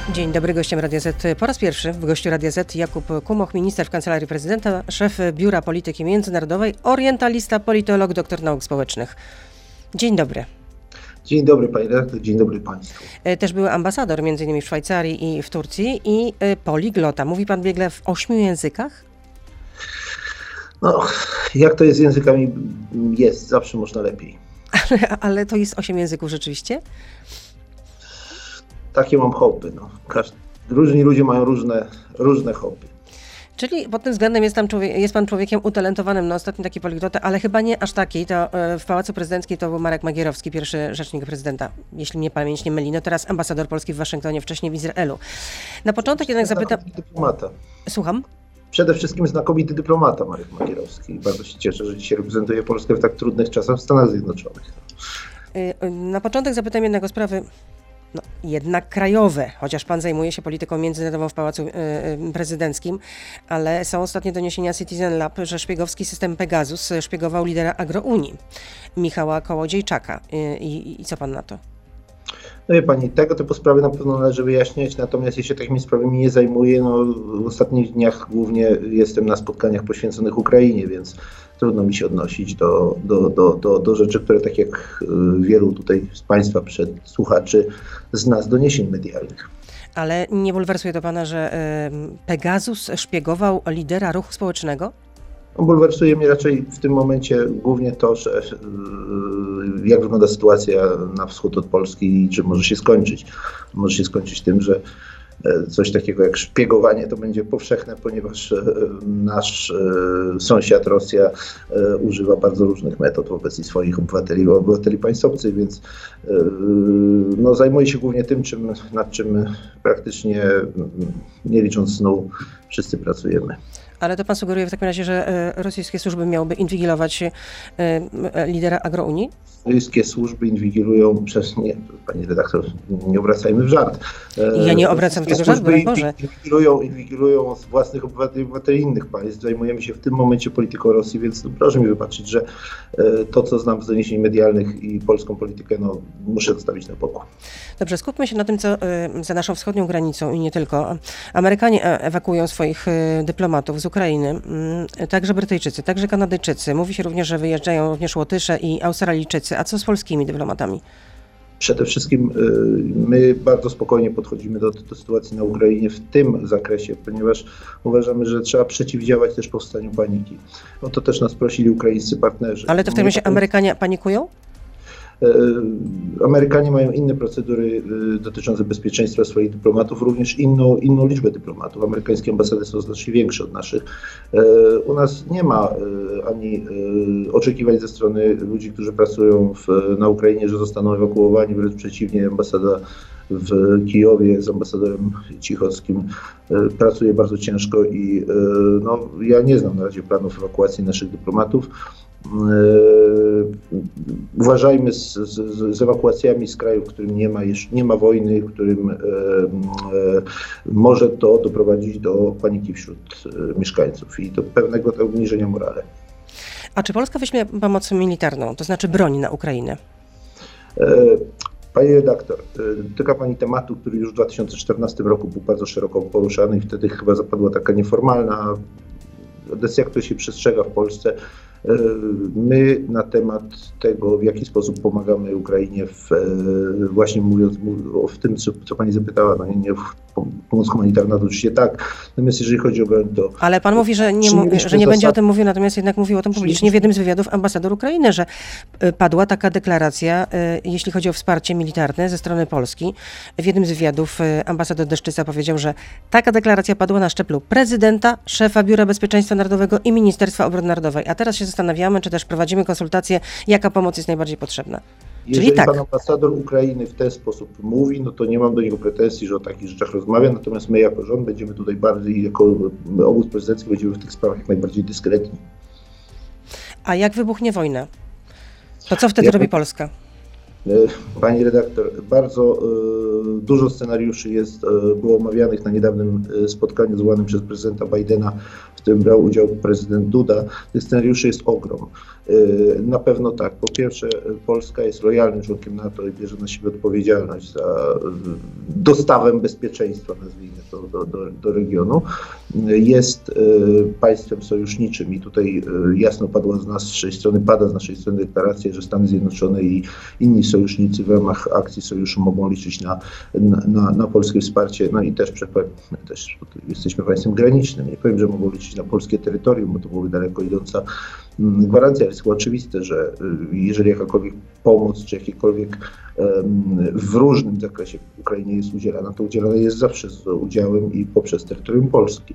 Dzień dobry, gościem Radia Z po raz pierwszy w gościu Radia Z Jakub Kumoch, minister w Kancelarii Prezydenta, szef Biura Polityki Międzynarodowej, orientalista, politolog, doktor nauk społecznych. Dzień dobry. Dzień dobry Pani redaktor, dzień dobry Państwu. Też były ambasador m.in. w Szwajcarii i w Turcji i poliglota. Mówi Pan biegle w 8 językach? No, jak to jest z językami? Jest, zawsze można lepiej. Ale to jest 8 języków rzeczywiście? Takie mam hobby. No. Różni ludzie mają różne hobby. Czyli pod tym względem jest Pan człowiekiem utalentowanym. No ostatni taki poliglota, ale chyba nie aż taki. To w Pałacu Prezydenckim to był Marek Magierowski, pierwszy rzecznik prezydenta, jeśli mnie pamięć nie myli. No teraz ambasador Polski w Waszyngtonie, wcześniej w Izraelu. Na początek jednak zapytam... Dyplomata. Słucham? Przede wszystkim znakomity dyplomata Marek Magierowski. Bardzo się cieszę, że dzisiaj reprezentuje Polskę w tak trudnych czasach w Stanach Zjednoczonych. Na początek zapytam jednak o sprawy jednak krajowe, chociaż Pan zajmuje się polityką międzynarodową w Pałacu Prezydenckim, ale są ostatnie doniesienia Citizen Lab, że szpiegowski system Pegasus szpiegował lidera Agrounii, Michała Kołodziejczaka. I co Pan na to? No wie Pani, tego typu sprawy na pewno należy wyjaśniać, natomiast ja się takimi sprawami nie zajmuję. No, w ostatnich dniach głównie jestem na spotkaniach poświęconych Ukrainie, więc trudno mi się odnosić do rzeczy, które tak jak wielu tutaj z Państwa słuchaczy zna z doniesień medialnych. Ale nie bulwersuje to Pana, że Pegasus szpiegował lidera ruchu społecznego? Bulwersuje mnie raczej w tym momencie głównie to, że jak wygląda sytuacja na wschód od Polski i czym może się skończyć. Może się skończyć tym, że coś takiego jak szpiegowanie to będzie powszechne, ponieważ nasz sąsiad Rosja używa bardzo różnych metod wobec swoich obywateli państw obcych, więc zajmuje się głównie tym, nad czym praktycznie nie licząc snu wszyscy pracujemy. Ale to Pan sugeruje w takim razie, że rosyjskie służby miałyby inwigilować lidera Agrounii? Rosyjskie służby inwigilują nie, Pani redaktor, nie obracajmy w żart. Ja nie obracam tego żart, broń Boże. Inwigilują własnych obywateli innych państw. Zajmujemy się w tym momencie polityką Rosji, więc proszę mi wybaczyć, że to, co znam z doniesień medialnych i polską politykę, muszę zostawić na boku. Dobrze, skupmy się na tym, co za naszą wschodnią granicą i nie tylko. Amerykanie ewakuują swoich dyplomatów z Ukrainy, także Brytyjczycy, także Kanadyjczycy. Mówi się również, że wyjeżdżają również Łotysze i Australijczycy. A co z polskimi dyplomatami? Przede wszystkim my bardzo spokojnie podchodzimy do sytuacji na Ukrainie w tym zakresie, ponieważ uważamy, że trzeba przeciwdziałać też powstaniu paniki. O to też nas prosili ukraińscy partnerzy. Ale to w tym razie Amerykanie panikują? Amerykanie mają inne procedury dotyczące bezpieczeństwa swoich dyplomatów, również inną liczbę dyplomatów. Amerykańskie ambasady są znacznie większe od naszych. U nas nie ma ani oczekiwań ze strony ludzi, którzy pracują na Ukrainie, że zostaną ewakuowani, wręcz przeciwnie, ambasada w Kijowie z ambasadorem Cichockim pracuje bardzo ciężko i ja nie znam na razie planów ewakuacji naszych dyplomatów. Uważajmy z ewakuacjami z kraju, w którym nie ma wojny, w którym może to doprowadzić do paniki wśród mieszkańców i do pewnego obniżenia morale. A czy Polska weźmie pomoc militarną, to znaczy broń na Ukrainę? Pani redaktor, dotyka Pani tematu, który już w 2014 roku był bardzo szeroko poruszany i wtedy chyba zapadła taka nieformalna decyzja, która się przestrzega w Polsce. My na temat tego, w jaki sposób pomagamy Ukrainie, właśnie mówiąc w tym, co Pani zapytała, nie pomoc humanitarna, to oczywiście tak. Natomiast jeżeli chodzi o broń, to... Ale Pan mówi, że nie będzie o tym mówił, natomiast jednak mówił o tym publicznie w jednym z wywiadów ambasador Ukrainy, że padła taka deklaracja, jeśli chodzi o wsparcie militarne ze strony Polski. W jednym z wywiadów ambasador Deszczyca powiedział, że taka deklaracja padła na szczeblu prezydenta, szefa Biura Bezpieczeństwa Narodowego i Ministerstwa Obrony Narodowej. A teraz się zastanawiamy, czy też prowadzimy konsultacje, jaka pomoc jest najbardziej potrzebna. Jeżeli pan ambasador Ukrainy w ten sposób mówi, to nie mam do niego pretensji, że o takich rzeczach rozmawia, natomiast my jako rząd będziemy tutaj bardziej, jako obóz prezydencki będziemy w tych sprawach jak najbardziej dyskretni. A jak wybuchnie wojna? To co wtedy robi Polska? Pani redaktor, bardzo dużo scenariuszy było omawianych na niedawnym spotkaniu zwołanym przez prezydenta Bidena, w którym brał udział prezydent Duda. Tych scenariuszy jest ogrom. Na pewno tak. Po pierwsze, Polska jest lojalnym członkiem NATO i bierze na siebie odpowiedzialność za dostawę bezpieczeństwa, nazwijmy to, do regionu. Jest państwem sojuszniczym i tutaj jasno pada z naszej strony deklaracja, że Stany Zjednoczone i inni sojusznicy w ramach akcji sojuszu mogą liczyć na polskie wsparcie. No i też jesteśmy państwem granicznym. Nie powiem, że mogą liczyć na polskie terytorium, bo to byłoby daleko idąca gwarancja. Jest chyba oczywiste, że jeżeli jakakolwiek pomoc, czy jakikolwiek w różnym zakresie Ukrainie jest udzielana, to udzielana jest zawsze z udziałem i poprzez terytorium Polski.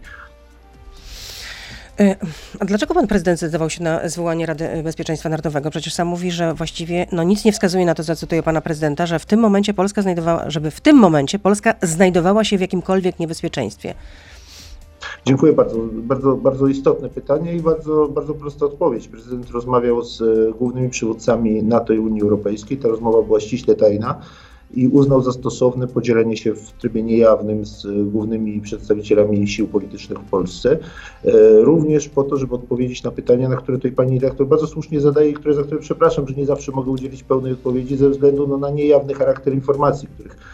A dlaczego pan prezydent zdecydował się na zwołanie Rady Bezpieczeństwa Narodowego? Przecież sam mówi, że właściwie nic nie wskazuje na to, zacytuję pana prezydenta, że żeby w tym momencie Polska znajdowała się w jakimkolwiek niebezpieczeństwie. Dziękuję bardzo. Bardzo istotne pytanie i bardzo prosta odpowiedź. Prezydent rozmawiał z głównymi przywódcami NATO i Unii Europejskiej. Ta rozmowa była ściśle tajna i uznał za stosowne podzielenie się w trybie niejawnym z głównymi przedstawicielami sił politycznych w Polsce. Również po to, żeby odpowiedzieć na pytania, na które tutaj pani redaktor bardzo słusznie zadaje i za które przepraszam, że nie zawsze mogę udzielić pełnej odpowiedzi ze względu na niejawny charakter informacji,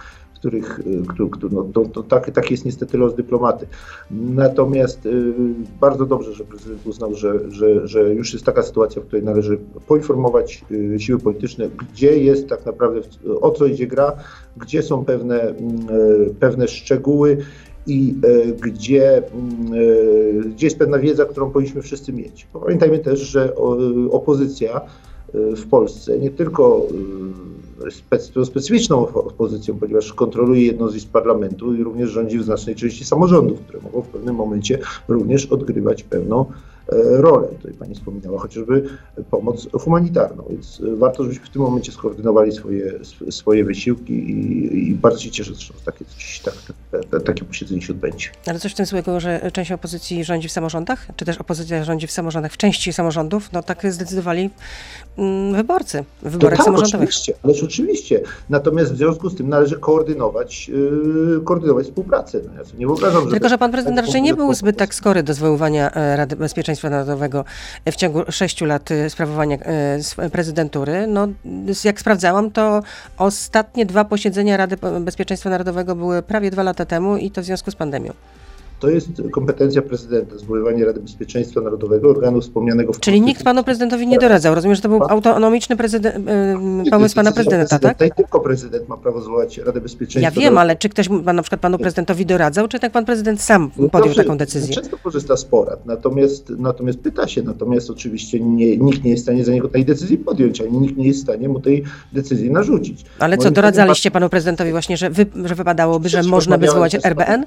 tak jest niestety los dyplomaty. Natomiast bardzo dobrze, że prezydent uznał, że już jest taka sytuacja, w której należy poinformować siły polityczne, gdzie jest tak naprawdę, o co idzie gra, gdzie są pewne szczegóły i gdzie jest pewna wiedza, którą powinniśmy wszyscy mieć. Pamiętajmy też, że opozycja w Polsce nie tylko specyficzną opozycją, ponieważ kontroluje jedną z izb parlamentu i również rządzi w znacznej części samorządów, które mogą w pewnym momencie również odgrywać pewną rolę. Tutaj pani wspominała chociażby pomoc humanitarną, więc warto, żebyśmy w tym momencie skoordynowali swoje wysiłki i bardzo się cieszę, że takie posiedzenie się odbędzie. Ale coś w tym złego, że część opozycji rządzi w samorządach? Czy też opozycja rządzi w samorządach, w części samorządów? No tak zdecydowali wyborcy w wyborach samorządowych. Oczywiście. Natomiast w związku z tym należy koordynować współpracę. No ja sobie nie wyobrażam, tylko, że pan prezydent raczej nie był zbyt tak skory do zwoływania Rady Bezpieczeństwa Narodowego w ciągu 6 lat sprawowania prezydentury. No, jak sprawdzałam, to ostatnie 2 posiedzenia Rady Bezpieczeństwa Narodowego były prawie 2 lata temu i to w związku z pandemią. To jest kompetencja prezydenta, zwoływanie Rady Bezpieczeństwa Narodowego, organu wspomnianego w Czyli nikt panu prezydentowi nie doradzał. Rozumiem, że to był autonomiczny pomysł pana prezydenta, tak? Nie tylko prezydent ma prawo zwołać Radę Bezpieczeństwa. Ja wiem, ale czy ktoś na przykład panu prezydentowi doradzał, czy tak pan prezydent sam podjął taką decyzję? Często korzysta z porad, natomiast pyta się, natomiast oczywiście nikt nie jest w stanie za niego tej decyzji podjąć, ani nikt nie jest w stanie mu tej decyzji narzucić. Ale co, doradzaliście panu prezydentowi właśnie, że wypadałoby, że można by zwołać RBN?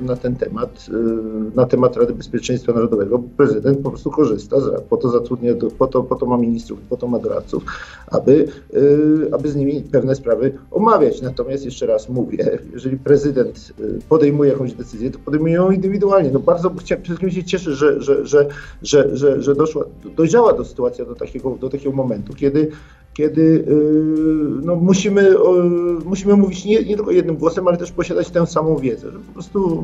Na temat Rady Bezpieczeństwa Narodowego prezydent po prostu korzysta, po to zatrudnia, po to ma ministrów, po to ma doradców, aby z nimi pewne sprawy omawiać. Natomiast jeszcze raz mówię, jeżeli prezydent podejmuje jakąś decyzję, to podejmuje ją indywidualnie. No bardzo przede wszystkim się cieszę, że dojrzała do sytuacja do takiego momentu, kiedy no, musimy mówić nie tylko jednym głosem, ale też posiadać tę samą wiedzę, że po prostu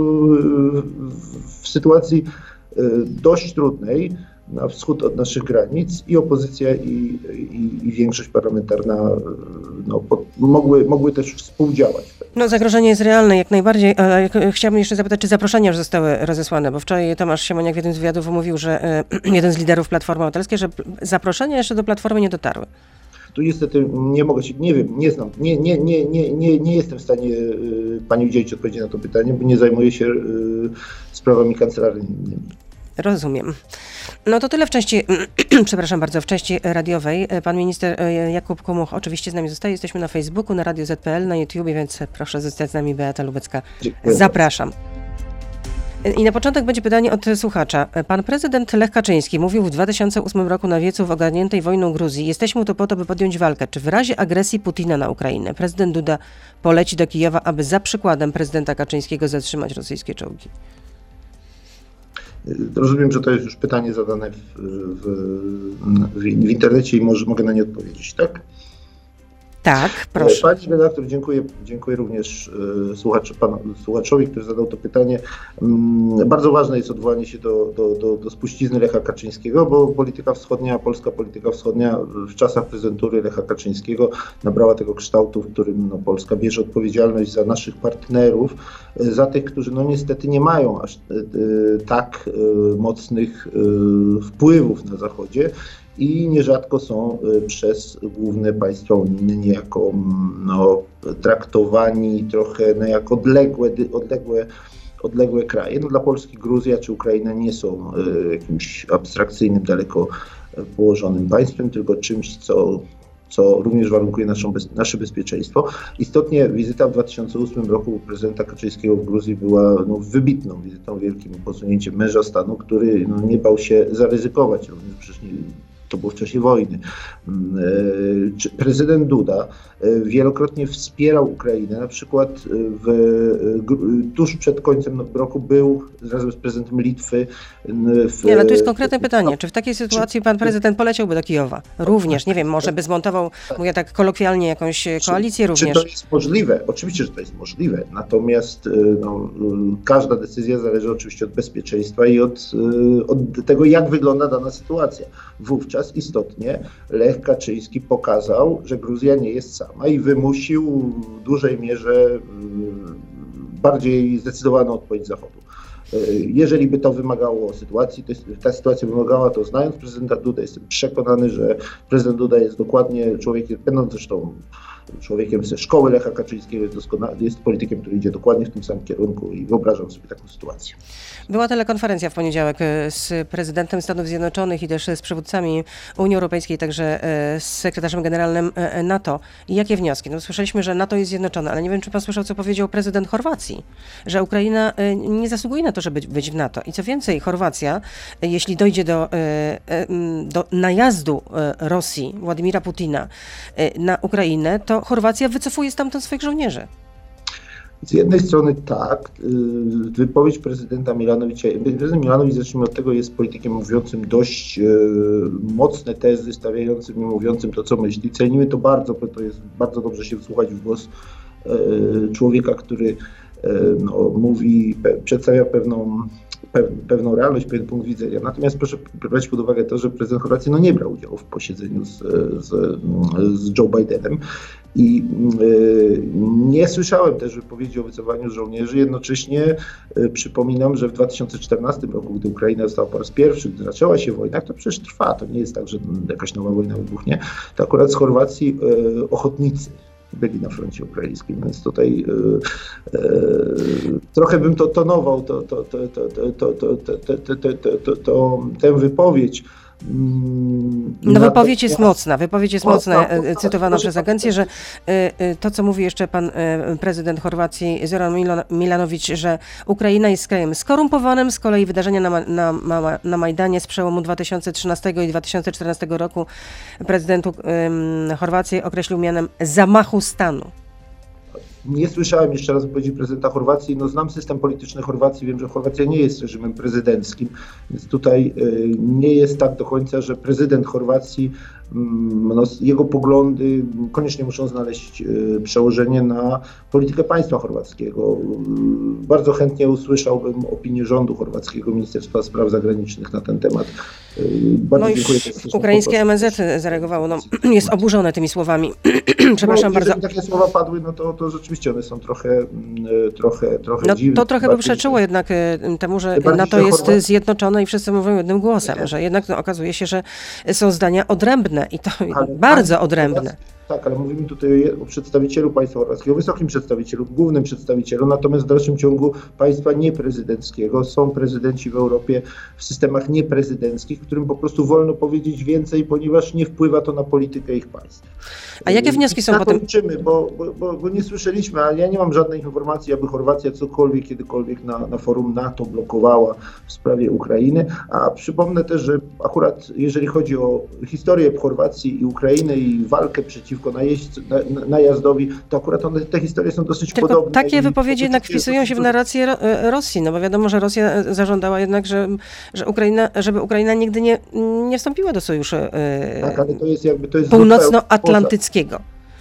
w sytuacji dość trudnej na wschód od naszych granic i opozycja i większość parlamentarna mogły też współdziałać. No zagrożenie jest realne jak najbardziej, ale chciałabym jeszcze zapytać, czy zaproszenia już zostały rozesłane, bo wczoraj Tomasz Siemoniak w jednym z wywiadów mówił, że jeden z liderów Platformy Obywatelskiej, że zaproszenia jeszcze do Platformy nie dotarły. Tu niestety nie mogę się, nie wiem, nie znam, nie jestem w stanie pani udzielić odpowiedzi na to pytanie, bo nie zajmuję się sprawami kancelaryjnymi. Rozumiem. No to tyle w części, przepraszam bardzo, w części radiowej. Pan minister Jakub Komuch oczywiście z nami zostaje. Jesteśmy na Facebooku, na Radio Z.pl, na YouTubie, więc proszę zostać z nami. Beata Lubecka. Dziękuję. Zapraszam. I na początek będzie pytanie od słuchacza. Pan prezydent Lech Kaczyński mówił w 2008 roku na wiecu w ogarniętej wojną Gruzji: jesteśmy tu po to, by podjąć walkę. Czy w razie agresji Putina na Ukrainę prezydent Duda poleci do Kijowa, aby za przykładem prezydenta Kaczyńskiego zatrzymać rosyjskie czołgi? Rozumiem, że to jest już pytanie zadane w internecie i mogę na nie odpowiedzieć, tak? Tak, proszę. Pani redaktor, dziękuję również słuchaczowi, który zadał to pytanie. Bardzo ważne jest odwołanie się do spuścizny Lecha Kaczyńskiego, bo polska polityka wschodnia w czasach prezydentury Lecha Kaczyńskiego nabrała tego kształtu, w którym Polska bierze odpowiedzialność za naszych partnerów, za tych, którzy niestety nie mają aż tak mocnych wpływów na Zachodzie i nierzadko są przez główne państwa unijne niejako traktowani trochę jako odległe kraje. Dla Polski Gruzja czy Ukraina nie są jakimś abstrakcyjnym, daleko położonym państwem, tylko czymś, co również warunkuje nasze bezpieczeństwo. Istotnie wizyta w 2008 roku prezydenta Kaczyńskiego w Gruzji była wybitną wizytą, wielkim posunięciem męża stanu, który nie bał się zaryzykować, również przecież to było w czasie wojny. Prezydent Duda wielokrotnie wspierał Ukrainę, na przykład tuż przed końcem roku był razem z prezydentem Litwy. Ale to jest konkretne pytanie. Czy w takiej sytuacji pan prezydent poleciałby do Kijowa? Również, nie wiem, może by zmontował, mówię tak kolokwialnie, jakąś koalicję również. Czy to jest możliwe? Oczywiście, że to jest możliwe. Natomiast każda decyzja zależy oczywiście od bezpieczeństwa i od tego, jak wygląda dana sytuacja. Wówczas istotnie Lech Kaczyński pokazał, że Gruzja nie jest sama i wymusił w dużej mierze bardziej zdecydowaną odpowiedź Zachodu. Jeżeli by to wymagało sytuacji, ta sytuacja wymagała to, znając prezydenta Dudę, jestem przekonany, że prezydent Duda jest dokładnie człowiekiem, będąc zresztą człowiekiem ze szkoły Lecha Kaczyńskiego, jest politykiem, który idzie dokładnie w tym samym kierunku i wyobrażam sobie taką sytuację. Była telekonferencja w poniedziałek z prezydentem Stanów Zjednoczonych i też z przywódcami Unii Europejskiej, także z sekretarzem generalnym NATO. I jakie wnioski? Słyszeliśmy, że NATO jest zjednoczone, ale nie wiem, czy pan słyszał, co powiedział prezydent Chorwacji, że Ukraina nie zasługuje na to, żeby być w NATO. I co więcej, Chorwacja, jeśli dojdzie do najazdu Rosji, Władimira Putina na Ukrainę, to Chorwacja wycofuje stamtąd swoich żołnierzy. Z jednej strony tak, wypowiedź prezydenta Milanowicza, prezydent Milanowicz, zacznijmy od tego, jest politykiem mówiącym dość mocne tezy, stawiającym i mówiącym to, co myśli. Cenimy to bardzo, bo to jest bardzo dobrze się wsłuchać w głos człowieka, który mówi, przedstawia pewną realność, pewien punkt widzenia. Natomiast proszę brać pod uwagę to, że prezydent Chorwacji nie brał udziału w posiedzeniu z Joe Bidenem i nie słyszałem też wypowiedzi o wycofaniu żołnierzy. Jednocześnie przypominam, że w 2014 roku, gdy Ukraina została po raz pierwszy, gdy zaczęła się wojna, to przecież trwa, to nie jest tak, że jakaś nowa wojna wybuchnie, to akurat z Chorwacji ochotnicy byli na froncie ukraińskim, więc tutaj trochę bym to tonował, tę wypowiedź. Wypowiedź jest mocna, cytowana przez agencję, że to, co mówi jeszcze pan prezydent Chorwacji Zoran Milanowicz, że Ukraina jest krajem skorumpowanym, z kolei wydarzenia na Majdanie z przełomu 2013 i 2014 roku prezydent Chorwacji określił mianem zamachu stanu. Nie słyszałem jeszcze raz wypowiedzi prezydenta Chorwacji. Znam system polityczny Chorwacji, wiem, że Chorwacja nie jest reżimem prezydenckim, więc tutaj nie jest tak do końca, że prezydent Chorwacji, jego poglądy koniecznie muszą znaleźć przełożenie na politykę państwa chorwackiego. Bardzo chętnie usłyszałbym opinię rządu chorwackiego, Ministerstwa Spraw Zagranicznych na ten temat. Bardzo dziękuję. Ukraińskie MSZ zareagowało, jest oburzone tymi słowami. Przepraszam bardzo. Jeżeli takie słowa padły, to rzeczywiście one są trochę dziwne. To trochę by przeczyło jednak temu, że NATO jest zjednoczone i wszyscy mówią jednym głosem, że jednak okazuje się, że są zdania odrębne i to bardzo odrębne. Tak, ale mówimy tutaj o przedstawicielu państwa chorwackiego, wysokim przedstawicielu, głównym przedstawicielu, natomiast w dalszym ciągu państwa nieprezydenckiego. Są prezydenci w Europie w systemach nieprezydenckich, którym po prostu wolno powiedzieć więcej, ponieważ nie wpływa to na politykę ich państw. A jakie wnioski są potem? Liczymy, bo nie słyszeliśmy, ale ja nie mam żadnej informacji, aby Chorwacja cokolwiek, kiedykolwiek na forum NATO blokowała w sprawie Ukrainy. A przypomnę też, że akurat jeżeli chodzi o historię Chorwacji i Ukrainy i walkę przeciwko najazdowi, to akurat te historie są dosyć podobne. Takie wypowiedzi jednak wpisują się w narrację Rosji, bo wiadomo, że Rosja zażądała jednak, żeby Ukraina nigdy nie wstąpiła do sojuszu tak, ale to jest północnoatlantyckiego.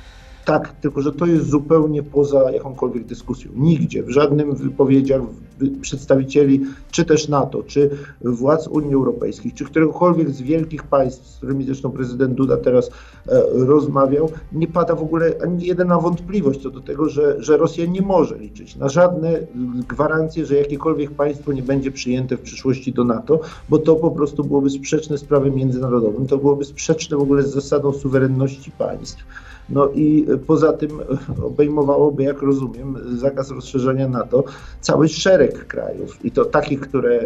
Tak, tylko że to jest zupełnie poza jakąkolwiek dyskusją. Nigdzie, w żadnym wypowiedziach przedstawicieli czy też NATO, czy władz Unii Europejskiej, czy któregokolwiek z wielkich państw, z którymi zresztą prezydent Duda teraz rozmawiał, nie pada w ogóle ani jedna wątpliwość co do tego, że Rosja nie może liczyć na żadne gwarancje, że jakiekolwiek państwo nie będzie przyjęte w przyszłości do NATO, bo to po prostu byłoby sprzeczne z prawem międzynarodowym, to byłoby sprzeczne w ogóle z zasadą suwerenności państw. No i poza tym obejmowałoby, jak rozumiem, zakaz rozszerzenia NATO cały szereg krajów i to takich, które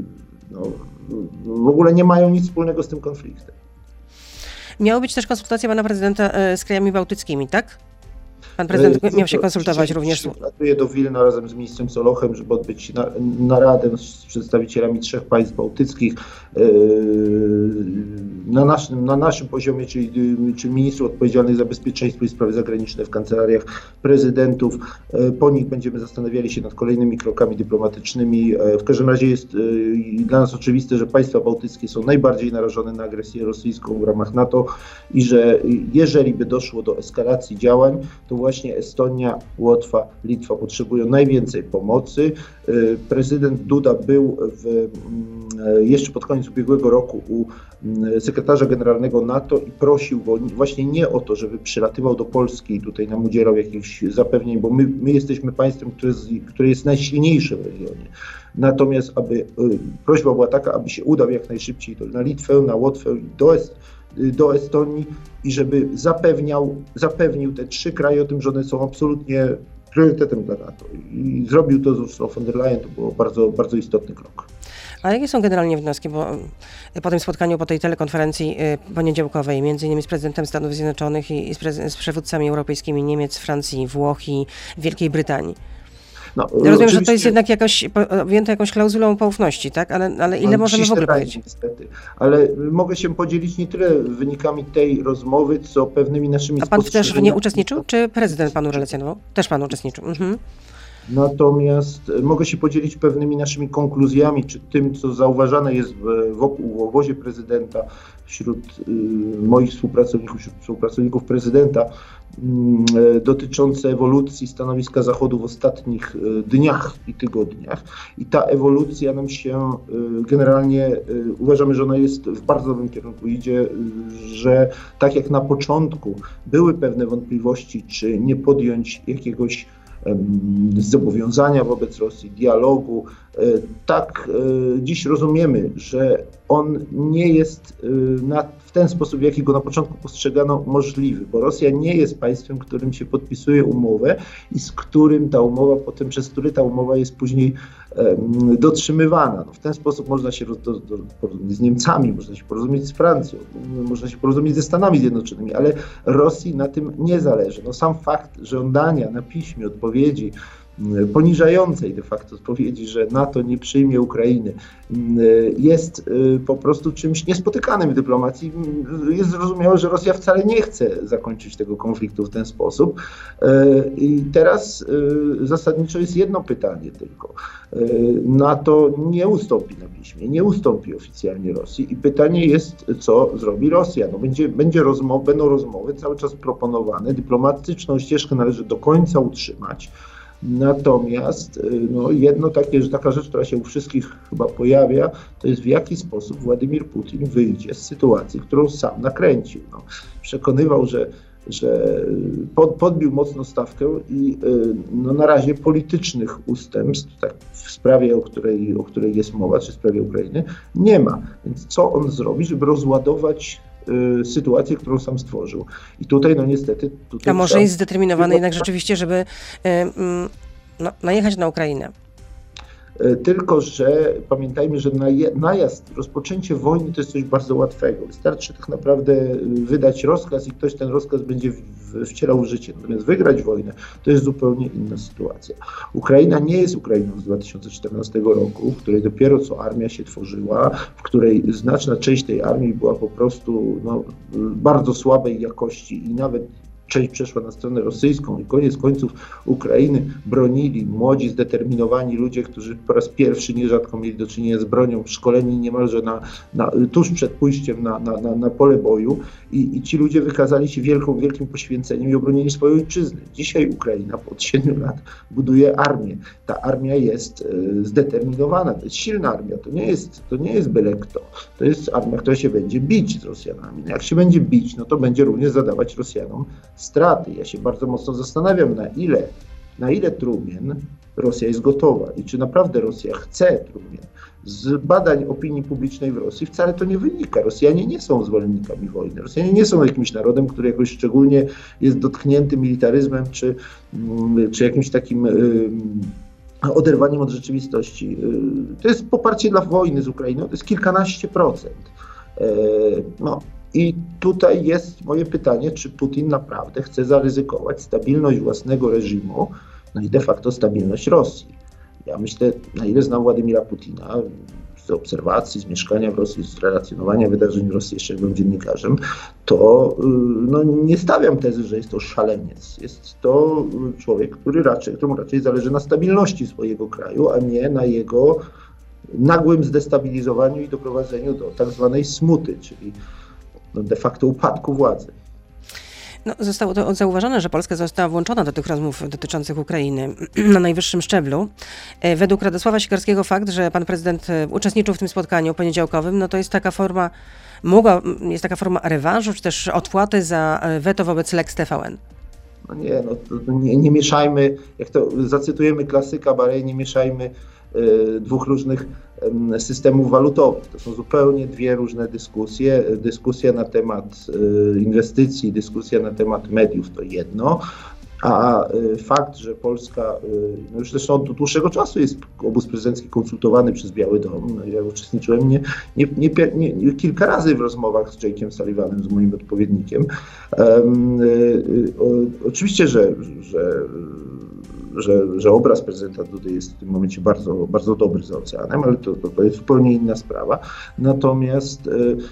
w ogóle nie mają nic wspólnego z tym konfliktem. Miały być też konsultacje pana prezydenta z krajami bałtyckimi, tak? Pan prezydent miał się konsultować również. Latuje do Wilna razem z ministrem Solochem, żeby odbyć naradę z przedstawicielami 3 państw bałtyckich. Na naszym poziomie, czyli ministrów odpowiedzialnych za bezpieczeństwo i sprawy zagraniczne w kancelariach prezydentów. Po nich będziemy zastanawiali się nad kolejnymi krokami dyplomatycznymi. W każdym razie jest dla nas oczywiste, że państwa bałtyckie są najbardziej narażone na agresję rosyjską w ramach NATO i że jeżeli by doszło do eskalacji działań, to właśnie Estonia, Łotwa, Litwa potrzebują najwięcej pomocy. Prezydent Duda był jeszcze pod koniec ubiegłego roku u sekretarza generalnego NATO i prosił go właśnie nie o to, żeby przylatywał do Polski i tutaj nam udzielał jakichś zapewnień, bo my jesteśmy państwem, które jest najsilniejsze w regionie. Natomiast prośba była taka, aby się udał jak najszybciej na Litwę, na Łotwę i do Estonii i żeby zapewnił te 3 kraje o tym, że one są absolutnie priorytetem dla NATO. I zrobił to z Ursulą von der Leyen, to był bardzo, bardzo istotny krok. A jakie są generalnie wnioski? Bo po tym spotkaniu, po tej telekonferencji poniedziałkowej, między innymi z prezydentem Stanów Zjednoczonych i z przywódcami europejskimi Niemiec, Francji, Włoch i Wielkiej Brytanii. No, rozumiem, że to jest jednak objęte jakąś klauzulą poufności, tak? Ale ile możemy w ogóle powiedzieć? Niestety. Ale mogę się podzielić nie tyle wynikami tej rozmowy, co pewnymi naszymi spostrzeżeniami. A pan też w niej uczestniczył, czy prezydent panu relacjonował? Też pan uczestniczył. Mhm. Natomiast mogę się podzielić pewnymi naszymi konkluzjami, czy tym, co zauważane jest w obozie prezydenta, wśród moich współpracowników prezydenta, dotyczące ewolucji stanowiska Zachodu w ostatnich dniach i tygodniach. I ta ewolucja nam się generalnie, uważamy, że ona jest w bardzo dobrym kierunku, idzie, że tak jak na początku były pewne wątpliwości, czy nie podjąć jakiegoś zobowiązania wobec Rosji, dialogu. Tak dziś rozumiemy, że on nie jest w ten sposób, w jaki go na początku postrzegano, możliwy, bo Rosja nie jest państwem, którym się podpisuje umowę i z którym ta umowa, potem przez który ta umowa jest później dotrzymywana. No, w ten sposób można się porozumieć z Niemcami, można się porozumieć z Francją, można się porozumieć ze Stanami Zjednoczonymi, ale Rosji na tym nie zależy. No, sam fakt żądania na piśmie odpowiedzi poniżającej de facto odpowiedzi, że NATO nie przyjmie Ukrainy, jest po prostu czymś niespotykanym w dyplomacji. Jest zrozumiałe, że Rosja wcale nie chce zakończyć tego konfliktu w ten sposób. I teraz zasadniczo jest jedno pytanie tylko. NATO nie ustąpi na piśmie, nie ustąpi oficjalnie Rosji i pytanie jest, co zrobi Rosja. No będą rozmowy cały czas proponowane, dyplomatyczną ścieżkę należy do końca utrzymać. Natomiast taka rzecz, która się u wszystkich chyba pojawia, to jest w jaki sposób Władimir Putin wyjdzie z sytuacji, którą sam nakręcił. No, przekonywał, że podbił mocno stawkę i na razie politycznych ustępstw tak, w sprawie, o której jest mowa, czy w sprawie Ukrainy, nie ma. Więc co on zrobi, żeby rozładować sytuację, którą sam stworzył. I tutaj niestety... A może jest zdeterminowany jednak rzeczywiście, żeby najechać na Ukrainę? Tylko że pamiętajmy, że rozpoczęcie wojny to jest coś bardzo łatwego. Wystarczy tak naprawdę wydać rozkaz i ktoś ten rozkaz będzie wcielał w życie. Natomiast wygrać wojnę to jest zupełnie inna sytuacja. Ukraina nie jest Ukrainą z 2014 roku, w której dopiero co armia się tworzyła, w której znaczna część tej armii była po prostu bardzo słabej jakości i nawet część przeszła na stronę rosyjską i koniec końców Ukrainy bronili młodzi, zdeterminowani ludzie, którzy po raz pierwszy nierzadko mieli do czynienia z bronią, szkoleni niemalże tuż przed pójściem na pole boju i ci ludzie wykazali się wielkim poświęceniem i obronili swoją ojczyznę. Dzisiaj Ukraina od 7 lat buduje armię. Ta armia jest zdeterminowana, to jest silna armia, to nie jest byle kto. To jest armia, która się będzie bić z Rosjanami. Jak się będzie bić, no to będzie również zadawać Rosjanom straty. Ja się bardzo mocno zastanawiam, na ile trumien Rosja jest gotowa i czy naprawdę Rosja chce trumien. Z badań opinii publicznej w Rosji wcale to nie wynika. Rosjanie nie są zwolennikami wojny. Rosjanie nie są jakimś narodem, który jakoś szczególnie jest dotknięty militaryzmem czy jakimś takim oderwaniem od rzeczywistości. To jest poparcie dla wojny z Ukrainą, to jest kilkanaście procent. I tutaj jest moje pytanie, czy Putin naprawdę chce zaryzykować stabilność własnego reżimu, no i de facto stabilność Rosji. Ja myślę, na ile znam Władimira Putina, z obserwacji, z mieszkania w Rosji, z relacjonowania wydarzeń w Rosji, jeszcze jak byłem dziennikarzem, to nie stawiam tezy, że jest to szaleniec. Jest to człowiek, któremu raczej zależy na stabilności swojego kraju, a nie na jego nagłym zdestabilizowaniu i doprowadzeniu do tak zwanej smuty, czyli de facto upadku władzy. No, zostało to zauważone, że Polska została włączona do tych rozmów dotyczących Ukrainy na najwyższym szczeblu. Według Radosława Sikorskiego fakt, że pan prezydent uczestniczył w tym spotkaniu poniedziałkowym, no to jest taka forma, jest taka forma rewanżu, czy też odpłaty za weto wobec Lex TVN. Nie mieszajmy, jak to zacytujemy klasyka Barei, nie mieszajmy dwóch różnych systemów walutowych. To są zupełnie dwie różne dyskusje. Dyskusja na temat inwestycji, dyskusja na temat mediów to jedno, a fakt, że Polska, no już zresztą od dłuższego czasu jest obóz prezydencki konsultowany przez Biały Dom. No ja uczestniczyłem kilka razy w rozmowach z Jake'em Sullivanem, z moim odpowiednikiem. Oczywiście, że obraz prezydenta Dudy jest w tym momencie bardzo, bardzo dobry za oceanem, ale to jest zupełnie inna sprawa. Natomiast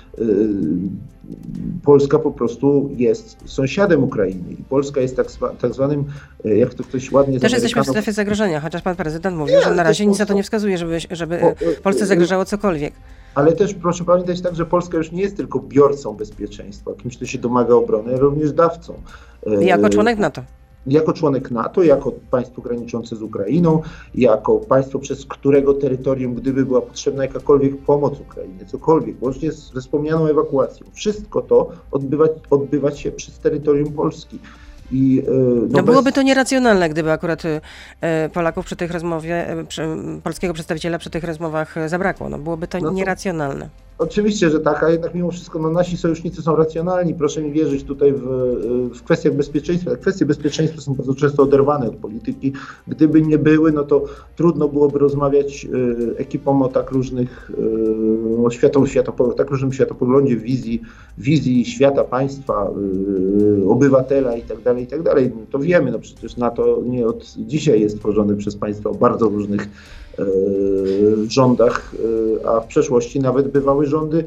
Polska po prostu jest sąsiadem Ukrainy i Polska jest tak zwanym, jak to ktoś ładnie... Też jesteśmy w strefie zagrożenia, chociaż pan prezydent mówił, że na razie nic na to nie wskazuje, żeby Polsce zagrażało cokolwiek. Ale też proszę pamiętać tak, że Polska już nie jest tylko biorcą bezpieczeństwa, kimś, kto się domaga obrony, ale również dawcą. Jako członek NATO. Jako członek NATO, jako państwo graniczące z Ukrainą, jako państwo, przez którego terytorium, gdyby była potrzebna jakakolwiek pomoc Ukrainie, cokolwiek, łącznie ze wspomnianą ewakuacją. Wszystko to odbywa się przez terytorium Polski. Byłoby to nieracjonalne, gdyby akurat Polaków przy tych polskiego przedstawiciela przy tych rozmowach zabrakło. Byłoby to nieracjonalne. Oczywiście, że tak, a jednak mimo wszystko nasi sojusznicy są racjonalni. Proszę mi wierzyć tutaj w kwestiach bezpieczeństwa. Kwestie bezpieczeństwa są bardzo często oderwane od polityki. Gdyby nie były, no to trudno byłoby rozmawiać ekipom o tak różnych tak różnym światopoglądzie, wizji świata, państwa, obywatela i tak dalej. To wiemy, no przecież NATO nie od dzisiaj jest tworzone przez państwa o bardzo różnych rządach, a w przeszłości nawet bywały rządy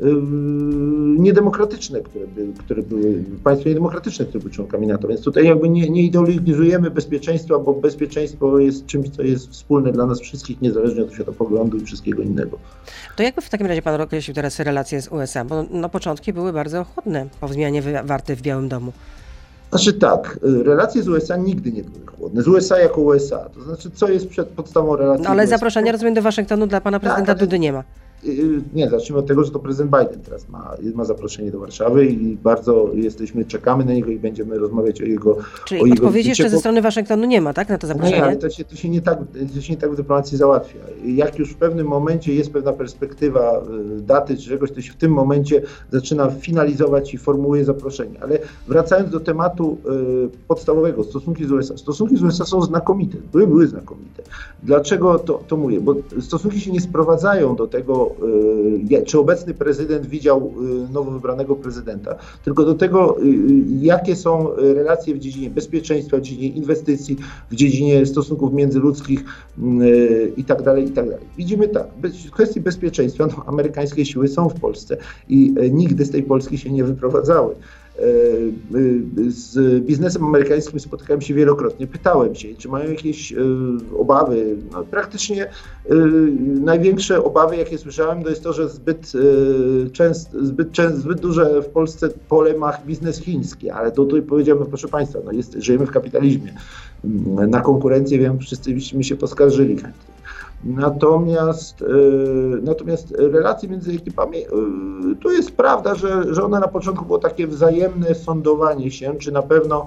niedemokratyczne, które były państwa niedemokratyczne, które były członkami NATO. Więc tutaj jakby nie ideologizujemy bezpieczeństwa, bo bezpieczeństwo jest czymś, co jest wspólne dla nas wszystkich, niezależnie od światopoglądu i wszystkiego innego. To jakby w takim razie pan określił teraz relacje z USA? Bo początki były bardzo chłodne po zmianie warte w Białym Domu. Znaczy tak, relacje z USA nigdy nie były chłodne. Z USA jako USA. To znaczy, co jest przed podstawą relacji ale zaproszenia, rozumiem, do Waszyngtonu dla pana prezydenta Dudy nie ma. Nie, zacznijmy od tego, że to prezydent Biden teraz ma zaproszenie do Warszawy i bardzo czekamy na niego i będziemy rozmawiać o jego... Czyli odpowiedzi jeszcze ze strony Waszyngtonu nie ma, tak, na to zaproszenie? Nie, ale to się nie tak w dyplomacji załatwia. Jak już w pewnym momencie jest pewna perspektywa daty czy czegoś, to się w tym momencie zaczyna finalizować i formułuje zaproszenie. Ale wracając do tematu podstawowego, stosunki z USA. Stosunki z USA są znakomite, były znakomite. Dlaczego to mówię? Bo stosunki się nie sprowadzają do tego, czy obecny prezydent widział nowo wybranego prezydenta, tylko do tego, jakie są relacje w dziedzinie bezpieczeństwa, w dziedzinie inwestycji, w dziedzinie stosunków międzyludzkich i tak dalej. Widzimy tak, w kwestii bezpieczeństwa amerykańskie siły są w Polsce i nigdy z tej Polski się nie wyprowadzały. z biznesem amerykańskim spotykałem się wielokrotnie, pytałem się, czy mają jakieś obawy. No, praktycznie największe obawy, jakie słyszałem, to jest to, że zbyt duże w Polsce pole ma biznes chiński, ale to tutaj powiedziałem, no proszę Państwa, no żyjemy w kapitalizmie. Na konkurencję, wiem, wszyscy byśmy się poskarżyli chętnie. Natomiast relacje między ekipami, tu jest prawda, że one na początku było takie wzajemne sądowanie się, czy na pewno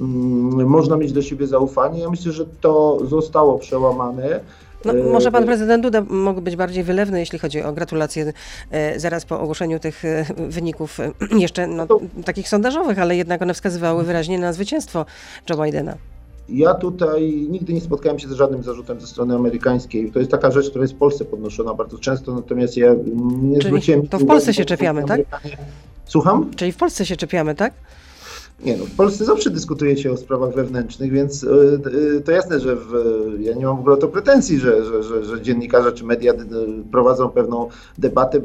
można mieć do siebie zaufanie. Ja myślę, że to zostało przełamane. No, może pan prezydent Duda mógł być bardziej wylewny, jeśli chodzi o gratulacje zaraz po ogłoszeniu tych wyników jeszcze takich sondażowych, ale jednak one wskazywały wyraźnie na zwycięstwo Joe Bidena. Ja tutaj nigdy nie spotkałem się z żadnym zarzutem ze strony amerykańskiej. To jest taka rzecz, która jest w Polsce podnoszona bardzo często, natomiast ja nie zwróciłem... To w Polsce się czepiamy, tak? Słucham? Czyli w Polsce się czepiamy, tak? Nie, no w Polsce zawsze dyskutuje się o sprawach wewnętrznych, więc to jasne, że ja nie mam w ogóle o to pretensji, że dziennikarze czy media prowadzą pewną debatę,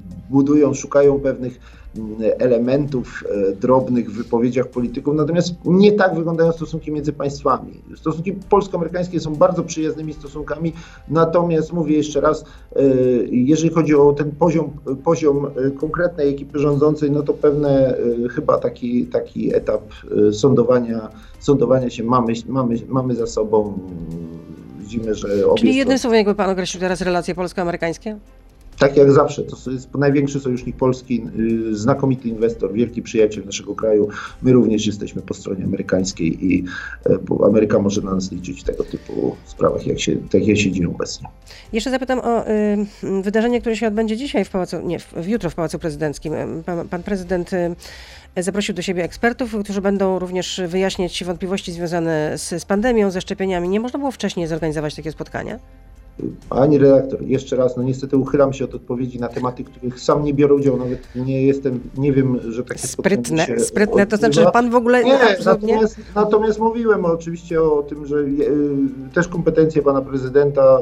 szukają pewnych elementów drobnych w wypowiedziach polityków, natomiast nie tak wyglądają stosunki między państwami. Stosunki polsko-amerykańskie są bardzo przyjaznymi stosunkami, natomiast mówię jeszcze raz, jeżeli chodzi o ten poziom konkretnej ekipy rządzącej, no to pewne chyba taki etap sądowania się mamy za sobą. Widzimy, że Czyli jednym słowem, jakby pan określił teraz relacje polsko-amerykańskie? Tak jak zawsze, to jest największy sojusznik Polski, znakomity inwestor, wielki przyjaciel naszego kraju. My również jesteśmy po stronie amerykańskiej i Ameryka może na nas liczyć w tego typu sprawach, jak się dzieją obecnie. Jeszcze zapytam o wydarzenie, które się odbędzie dzisiaj jutro w Pałacu Prezydenckim. Pan prezydent zaprosił do siebie ekspertów, którzy będą również wyjaśniać wątpliwości związane z pandemią, ze szczepieniami. Nie można było wcześniej zorganizować takiego spotkania? Pani redaktor, jeszcze raz, no niestety uchylam się od odpowiedzi na tematy, których sam nie biorę udziału, nawet nie wiem, że takie Sprytne, to znaczy, że pan w ogóle... Nie, natomiast mówiłem oczywiście o tym, że też kompetencje pana prezydenta,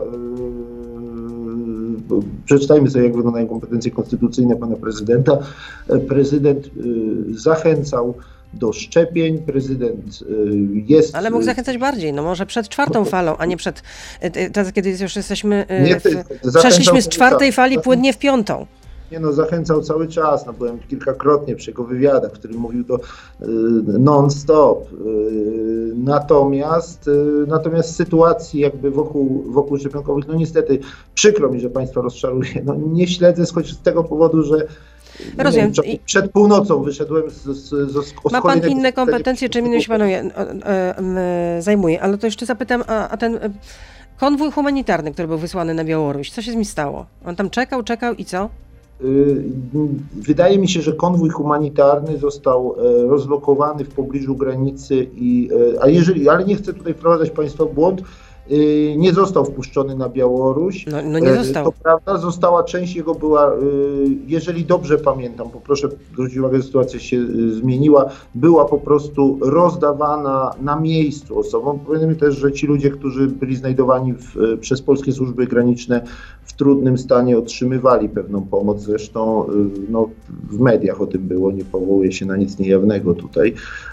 przeczytajmy sobie, jak wyglądają kompetencje konstytucyjne pana prezydenta. Prezydent zachęcał do szczepień, prezydent jest... Ale mógł zachęcać bardziej, no może przed czwartą falą, a nie przed... Teraz, kiedy już jesteśmy... Przeszliśmy z czwartej fali płynnie w piątą. Nie no, zachęcał cały czas, no byłem kilkakrotnie przy jego wywiadach, w którym mówił to non-stop. Natomiast sytuacji jakby wokół szczepionkowych, no niestety przykro mi, że państwa rozczaruję, no nie śledzę choć z tego powowu, że rozumiem. Przed północą wyszedłem z Ma pan inne kompetencje, czym innym się pan zajmuje, ale to jeszcze zapytam, a ten konwój humanitarny, który był wysłany na Białoruś, co się z nim stało? On tam czekał i co? Wydaje mi się, że konwój humanitarny został rozlokowany w pobliżu granicy, ale nie chcę tutaj wprowadzać państwa w błąd, nie został wpuszczony na Białoruś. No nie został. To prawda, część jego była, jeżeli dobrze pamiętam, poproszę zwrócić uwagę, że sytuacja się zmieniła, była po prostu rozdawana na miejscu osobom. Powiedzmy też, że ci ludzie, którzy byli znajdowani przez polskie służby graniczne w trudnym stanie, otrzymywali pewną pomoc. Zresztą w mediach o tym było, nie powołuję się na nic niejawnego tutaj.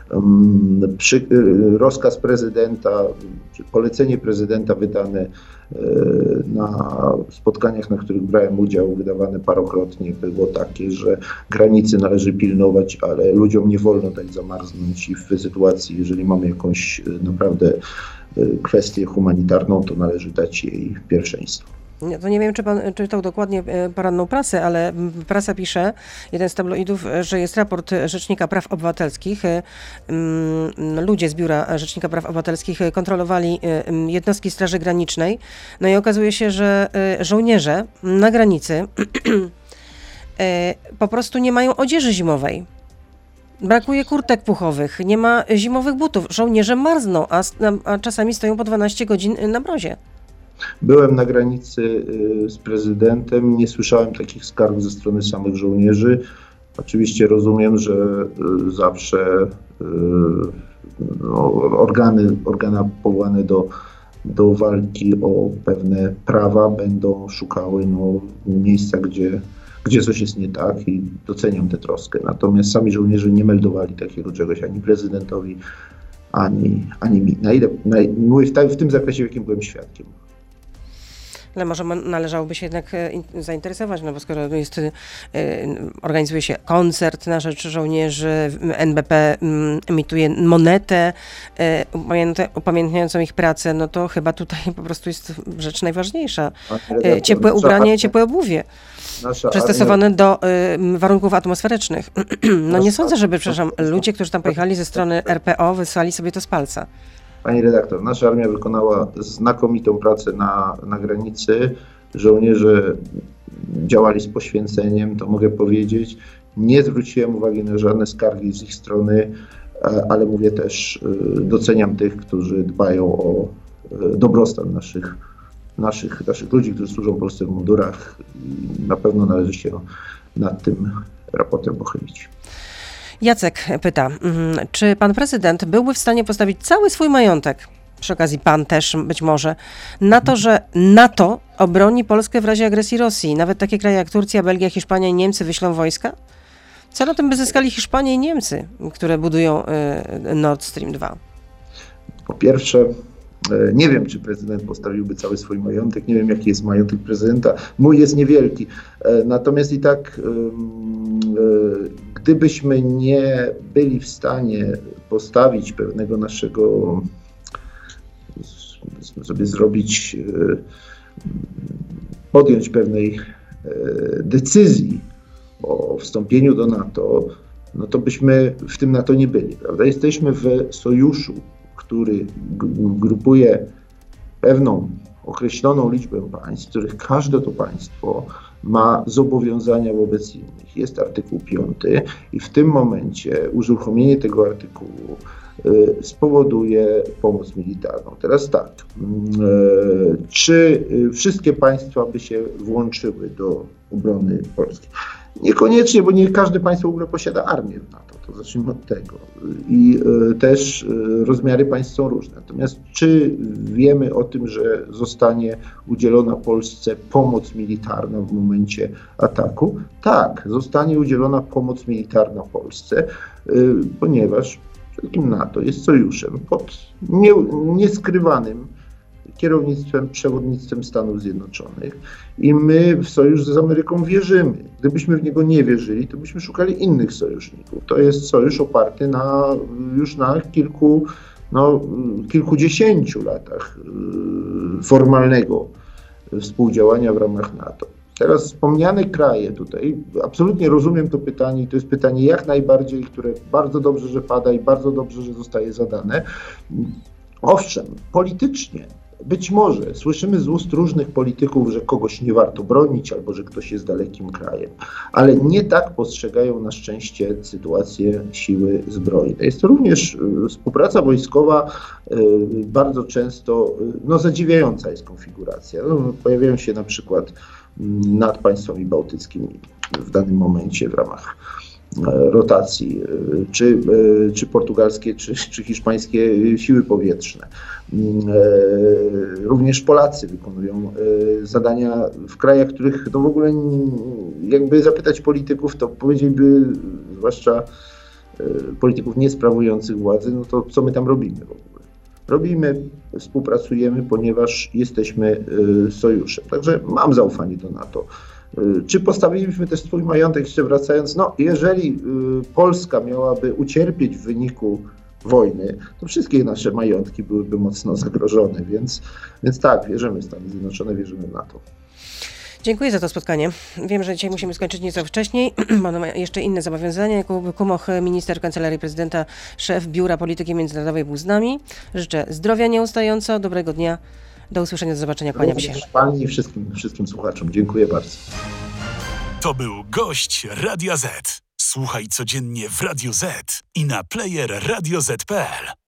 Rozkaz prezydenta, czy polecenie prezydenta wydane na spotkaniach, na których brałem udział, wydawane parokrotnie, było takie, że granicy należy pilnować, ale ludziom nie wolno dać zamarznąć i w sytuacji, jeżeli mamy jakąś naprawdę kwestię humanitarną, to należy dać jej pierwszeństwo. To nie wiem, czy pan czytał dokładnie poranną prasę, ale prasa pisze, jeden z tabloidów, że jest raport Rzecznika Praw Obywatelskich. Ludzie z Biura Rzecznika Praw Obywatelskich kontrolowali jednostki Straży Granicznej. No i okazuje się, że żołnierze na granicy po prostu nie mają odzieży zimowej. Brakuje kurtek puchowych, nie ma zimowych butów. Żołnierze marzną, a czasami stoją po 12 godzin na mrozie. Byłem na granicy z prezydentem, nie słyszałem takich skarg ze strony samych żołnierzy. Oczywiście rozumiem, że zawsze organa powołane do walki o pewne prawa będą szukały miejsca, gdzie gdzie coś jest nie tak i doceniam tę troskę. Natomiast sami żołnierze nie meldowali takiego czegoś ani prezydentowi, ani mi. Mówię w tym zakresie, w jakim byłem świadkiem. Ale może należałoby się jednak zainteresować, no bo skoro organizuje się koncert na rzecz żołnierzy, NBP emituje monetę upamiętniającą ich pracę, no to chyba tutaj po prostu jest rzecz najważniejsza. Ciepłe ubranie, ciepłe obuwie. Przystosowane do warunków atmosferycznych. No nie sądzę, żeby, ludzie, którzy tam pojechali ze strony RPO, wysłali sobie to z palca. Pani redaktor, nasza armia wykonała znakomitą pracę na granicy. Żołnierze działali z poświęceniem, to mogę powiedzieć. Nie zwróciłem uwagi na żadne skargi z ich strony, ale mówię też, doceniam tych, którzy dbają o dobrostan naszych ludzi, którzy służą Polsce w mundurach. I na pewno należy się nad tym raportem pochylić. Jacek pyta, czy pan prezydent byłby w stanie postawić cały swój majątek, przy okazji pan też być może, na to, że NATO obroni Polskę w razie agresji Rosji? Nawet takie kraje jak Turcja, Belgia, Hiszpania i Niemcy wyślą wojska? Co na tym by zyskali Hiszpania i Niemcy, które budują Nord Stream 2? Po pierwsze, nie wiem, czy prezydent postawiłby cały swój majątek. Nie wiem, jaki jest majątek prezydenta. Mój jest niewielki. Natomiast i tak, gdybyśmy nie byli w stanie postawić pewnego naszego, sobie podjąć pewnej decyzji o wstąpieniu do NATO, no to byśmy w tym NATO nie byli, prawda? Jesteśmy w sojuszu, który grupuje pewną określoną liczbę państw, w których każde to państwo ma zobowiązania wobec innych. Jest artykuł 5 i w tym momencie uruchomienie tego artykułu spowoduje pomoc militarną. Teraz tak, czy wszystkie państwa by się włączyły do obrony Polski? Niekoniecznie, bo nie każde państwo w ogóle posiada armię w NATO, to zacznijmy od tego. I też rozmiary państw są różne. Natomiast czy wiemy o tym, że zostanie udzielona Polsce pomoc militarna w momencie ataku? Tak, zostanie udzielona pomoc militarna Polsce, ponieważ NATO jest sojuszem pod nieskrywanym kierownictwem, przewodnictwem Stanów Zjednoczonych i my w sojusz z Ameryką wierzymy. Gdybyśmy w niego nie wierzyli, to byśmy szukali innych sojuszników. To jest sojusz oparty już na kilkudziesięciu latach formalnego współdziałania w ramach NATO. Teraz wspomniane kraje tutaj, absolutnie rozumiem to pytanie i to jest pytanie jak najbardziej, które bardzo dobrze, że pada i bardzo dobrze, że zostaje zadane. Owszem, politycznie być może słyszymy z ust różnych polityków, że kogoś nie warto bronić albo że ktoś jest dalekim krajem, ale nie tak postrzegają na szczęście sytuację siły zbrojnej. Jest to również współpraca wojskowa, bardzo często zadziwiająca jest konfiguracja. Pojawiają się na przykład nad państwami bałtyckimi w danym momencie w ramach rotacji, czy portugalskie, czy hiszpańskie siły powietrzne. Również Polacy wykonują zadania w krajach, których w ogóle jakby zapytać polityków, to powiedzieliby, zwłaszcza polityków niesprawujących władzy, no to co my tam robimy w ogóle? Robimy, współpracujemy, ponieważ jesteśmy sojuszem. Także mam zaufanie do NATO. Czy postawiliśmy też swój majątek, jeszcze wracając, jeżeli Polska miałaby ucierpieć w wyniku wojny, to wszystkie nasze majątki byłyby mocno zagrożone, więc tak, wierzymy w Stany Zjednoczone, wierzymy w NATO. Dziękuję za to spotkanie. Wiem, że dzisiaj musimy skończyć nieco wcześniej, bo mamy jeszcze inne zobowiązania. Jakub Kumoch, minister Kancelarii Prezydenta, szef Biura Polityki Międzynarodowej był z nami. Życzę zdrowia nieustająco, dobrego dnia. Do usłyszenia, do zobaczenia, kłaniam się. Pani i wszystkim słuchaczom. Dziękuję bardzo. To był gość Radia Z. Słuchaj codziennie w Radio Z i na player radioz.pl.